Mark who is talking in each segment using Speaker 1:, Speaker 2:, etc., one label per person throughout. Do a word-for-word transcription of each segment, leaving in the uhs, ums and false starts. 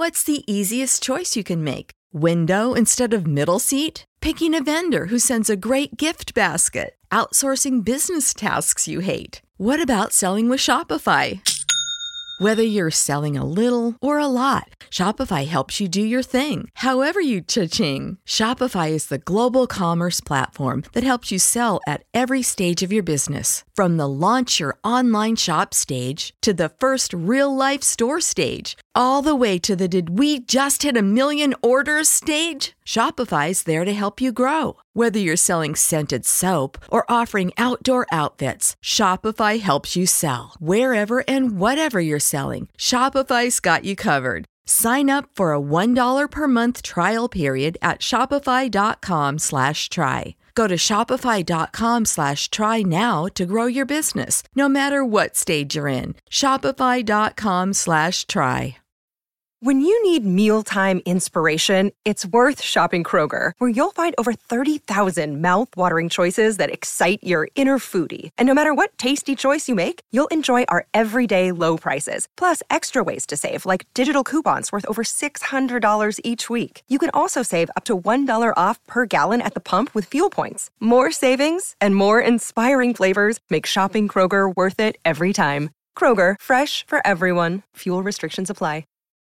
Speaker 1: What's the easiest choice you can make? Window instead of middle seat? Picking a vendor who sends a great gift basket? Outsourcing business tasks you hate? What about selling with Shopify? Whether you're selling a little or a lot, Shopify helps you do your thing, however you cha-ching. Shopify is the global commerce platform that helps you sell at every stage of your business. From the launch your online shop stage to the first real-life store stage, all the way to the did we just hit a million orders stage. Shopify's there to help you grow. Whether you're selling scented soap or offering outdoor outfits, Shopify helps you sell. Wherever and whatever you're selling, Shopify's got you covered. Sign up for a one dollar per month trial period at shopify.com slash try. Go to shopify.com slash try now to grow your business, no matter what stage you're in. Shopify.com slash try.
Speaker 2: When you need mealtime inspiration, it's worth shopping Kroger, where you'll find over thirty thousand mouth-watering choices that excite your inner foodie. And no matter what tasty choice you make, you'll enjoy our everyday low prices, plus extra ways to save, like digital coupons worth over six hundred dollars each week. You can also save up to one dollar off per gallon at the pump with fuel points. More savings and more inspiring flavors make shopping Kroger worth it every time. Kroger, fresh for everyone. Fuel restrictions apply.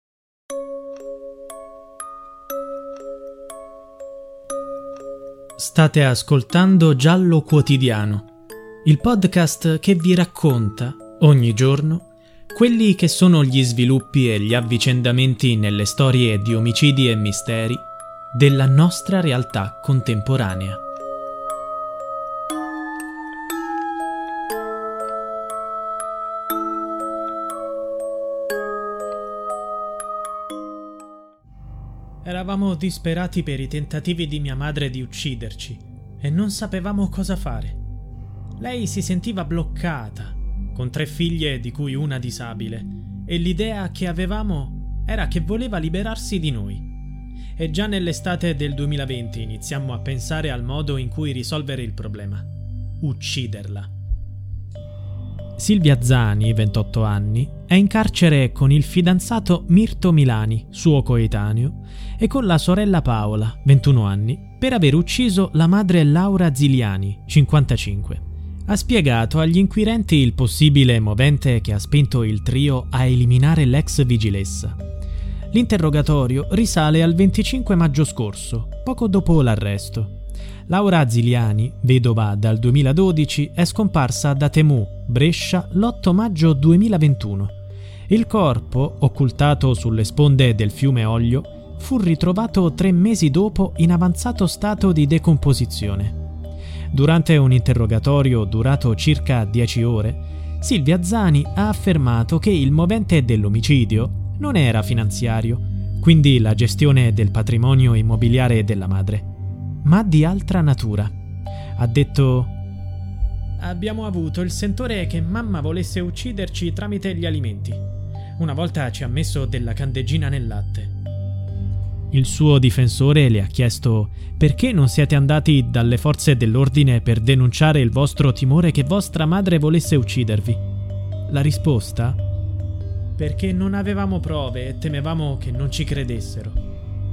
Speaker 3: State ascoltando Giallo Quotidiano, il podcast che vi racconta, ogni giorno, quelli che sono gli sviluppi e gli avvicendamenti nelle storie di omicidi e misteri della nostra realtà contemporanea. Eravamo disperati per i tentativi di mia madre di ucciderci e non sapevamo cosa fare. Lei si sentiva bloccata, con tre figlie di cui una disabile, e l'idea che avevamo era che voleva liberarsi di noi. E già nell'estate del duemilaventi iniziammo a pensare al modo in cui risolvere il problema: ucciderla. Silvia Zani, ventotto anni, è in carcere con il fidanzato Mirto Milani, suo coetaneo, e con la sorella Paola, ventuno anni, per aver ucciso la madre Laura Ziliani, cinquantacinque. Ha spiegato agli inquirenti il possibile movente che ha spinto il trio a eliminare l'ex vigilessa. L'interrogatorio risale al venticinque maggio scorso, poco dopo l'arresto. Laura Ziliani, vedova dal duemiladodici, è scomparsa da Temù, Brescia, l'otto maggio duemilaventuno. Il corpo, occultato sulle sponde del fiume Oglio, fu ritrovato tre mesi dopo in avanzato stato di decomposizione. Durante un interrogatorio durato circa dieci ore, Silvia Zani ha affermato che il movente dell'omicidio non era finanziario, quindi la gestione del patrimonio immobiliare della madre, ma di altra natura. Ha detto: abbiamo avuto il sentore che mamma volesse ucciderci tramite gli alimenti. Una volta ci ha messo della candeggina nel latte. Il suo difensore le ha chiesto: perché non siete andati dalle forze dell'ordine per denunciare il vostro timore che vostra madre volesse uccidervi? La risposta: perché non avevamo prove e temevamo che non ci credessero.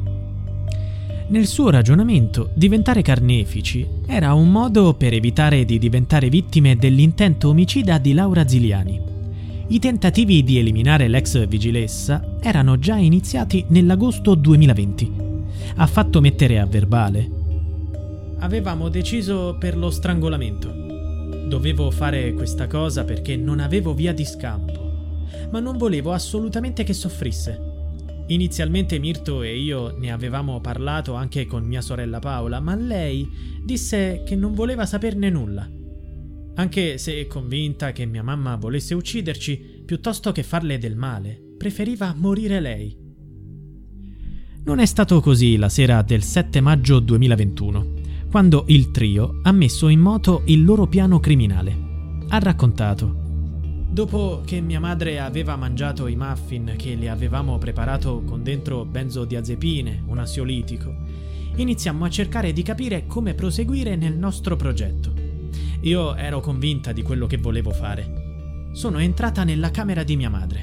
Speaker 3: Nel suo ragionamento, diventare carnefici era un modo per evitare di diventare vittime dell'intento omicida di Laura Ziliani. I tentativi di eliminare l'ex vigilessa erano già iniziati nell'agosto duemilaventi. Ha fatto mettere a verbale: avevamo deciso per lo strangolamento. Dovevo fare questa cosa perché non avevo via di scampo, ma non volevo assolutamente che soffrisse. Inizialmente Mirto e io ne avevamo parlato anche con mia sorella Paola, ma lei disse che non voleva saperne nulla. Anche se è convinta che mia mamma volesse ucciderci, piuttosto che farle del male, preferiva morire lei. Non è stato così la sera del sette maggio duemilaventuno, quando il trio ha messo in moto il loro piano criminale. Ha raccontato: dopo che mia madre aveva mangiato i muffin che le avevamo preparato con dentro benzodiazepine, un ansiolitico, iniziammo a cercare di capire come proseguire nel nostro progetto. Io ero convinta di quello che volevo fare. Sono entrata nella camera di mia madre.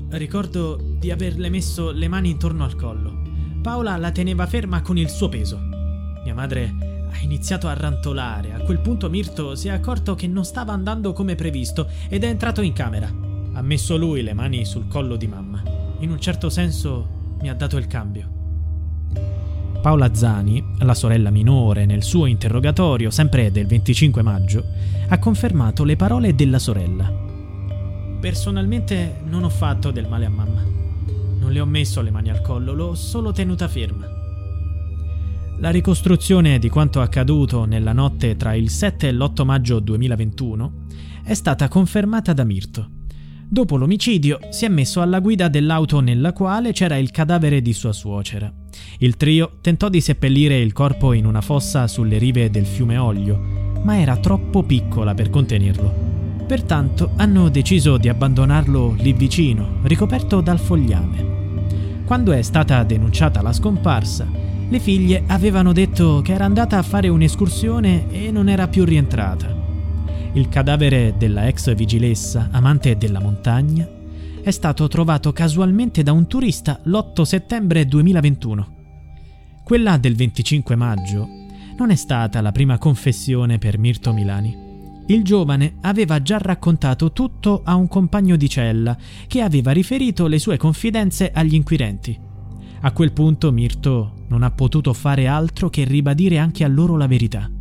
Speaker 3: Ricordo di averle messo le mani intorno al collo. Paola la teneva ferma con il suo peso. Mia madre ha iniziato a rantolare. A quel punto Mirto si è accorto che non stava andando come previsto ed è entrato in camera. Ha messo lui le mani sul collo di mamma. In un certo senso mi ha dato il cambio. Paola Zani, la sorella minore, nel suo interrogatorio, sempre del venticinque maggio, ha confermato le parole della sorella. Personalmente non ho fatto del male a mamma. Non le ho messo le mani al collo, l'ho solo tenuta ferma. La ricostruzione di quanto accaduto nella notte tra il sette e l'otto maggio duemilaventuno è stata confermata da Mirto. Dopo l'omicidio si è messo alla guida dell'auto nella quale c'era il cadavere di sua suocera. Il trio tentò di seppellire il corpo in una fossa sulle rive del fiume Oglio, ma era troppo piccola per contenerlo. Pertanto hanno deciso di abbandonarlo lì vicino, ricoperto dal fogliame. Quando è stata denunciata la scomparsa, le figlie avevano detto che era andata a fare un'escursione e non era più rientrata. Il cadavere della ex vigilessa, amante della montagna, è stato trovato casualmente da un turista l'otto settembre duemilaventuno. Quella del venticinque maggio non è stata la prima confessione per Mirto Milani. Il giovane aveva già raccontato tutto a un compagno di cella che aveva riferito le sue confidenze agli inquirenti. A quel punto Mirto non ha potuto fare altro che ribadire anche a loro la verità.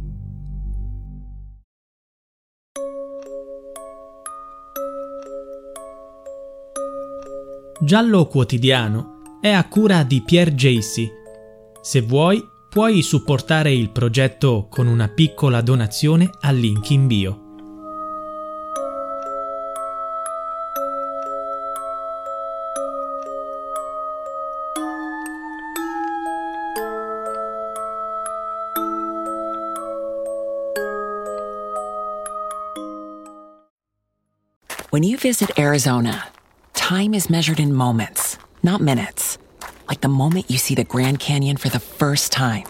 Speaker 3: Giallo Quotidiano è a cura di Pierre Jacy. Se vuoi, puoi supportare il progetto con una piccola donazione al link in bio.
Speaker 4: When you visit Arizona, time is measured in moments, not minutes. Like the moment you see the Grand Canyon for the first time.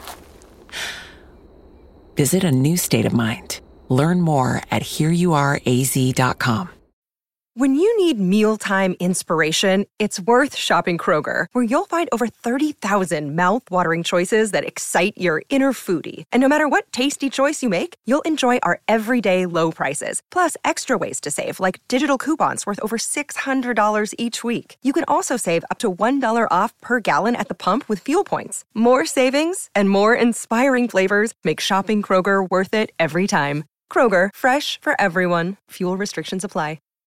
Speaker 4: Visit a new state of mind. Learn more at here you are a z dot com.
Speaker 2: When you need mealtime inspiration, it's worth shopping Kroger, where you'll find over thirty thousand mouth-watering choices that excite your inner foodie. And no matter what tasty choice you make, you'll enjoy our everyday low prices, plus extra ways to save, like digital coupons worth over six hundred dollars each week. You can also save up to one dollar off per gallon at the pump with fuel points. More savings and more inspiring flavors make shopping Kroger worth it every time. Kroger, fresh for everyone. Fuel restrictions apply.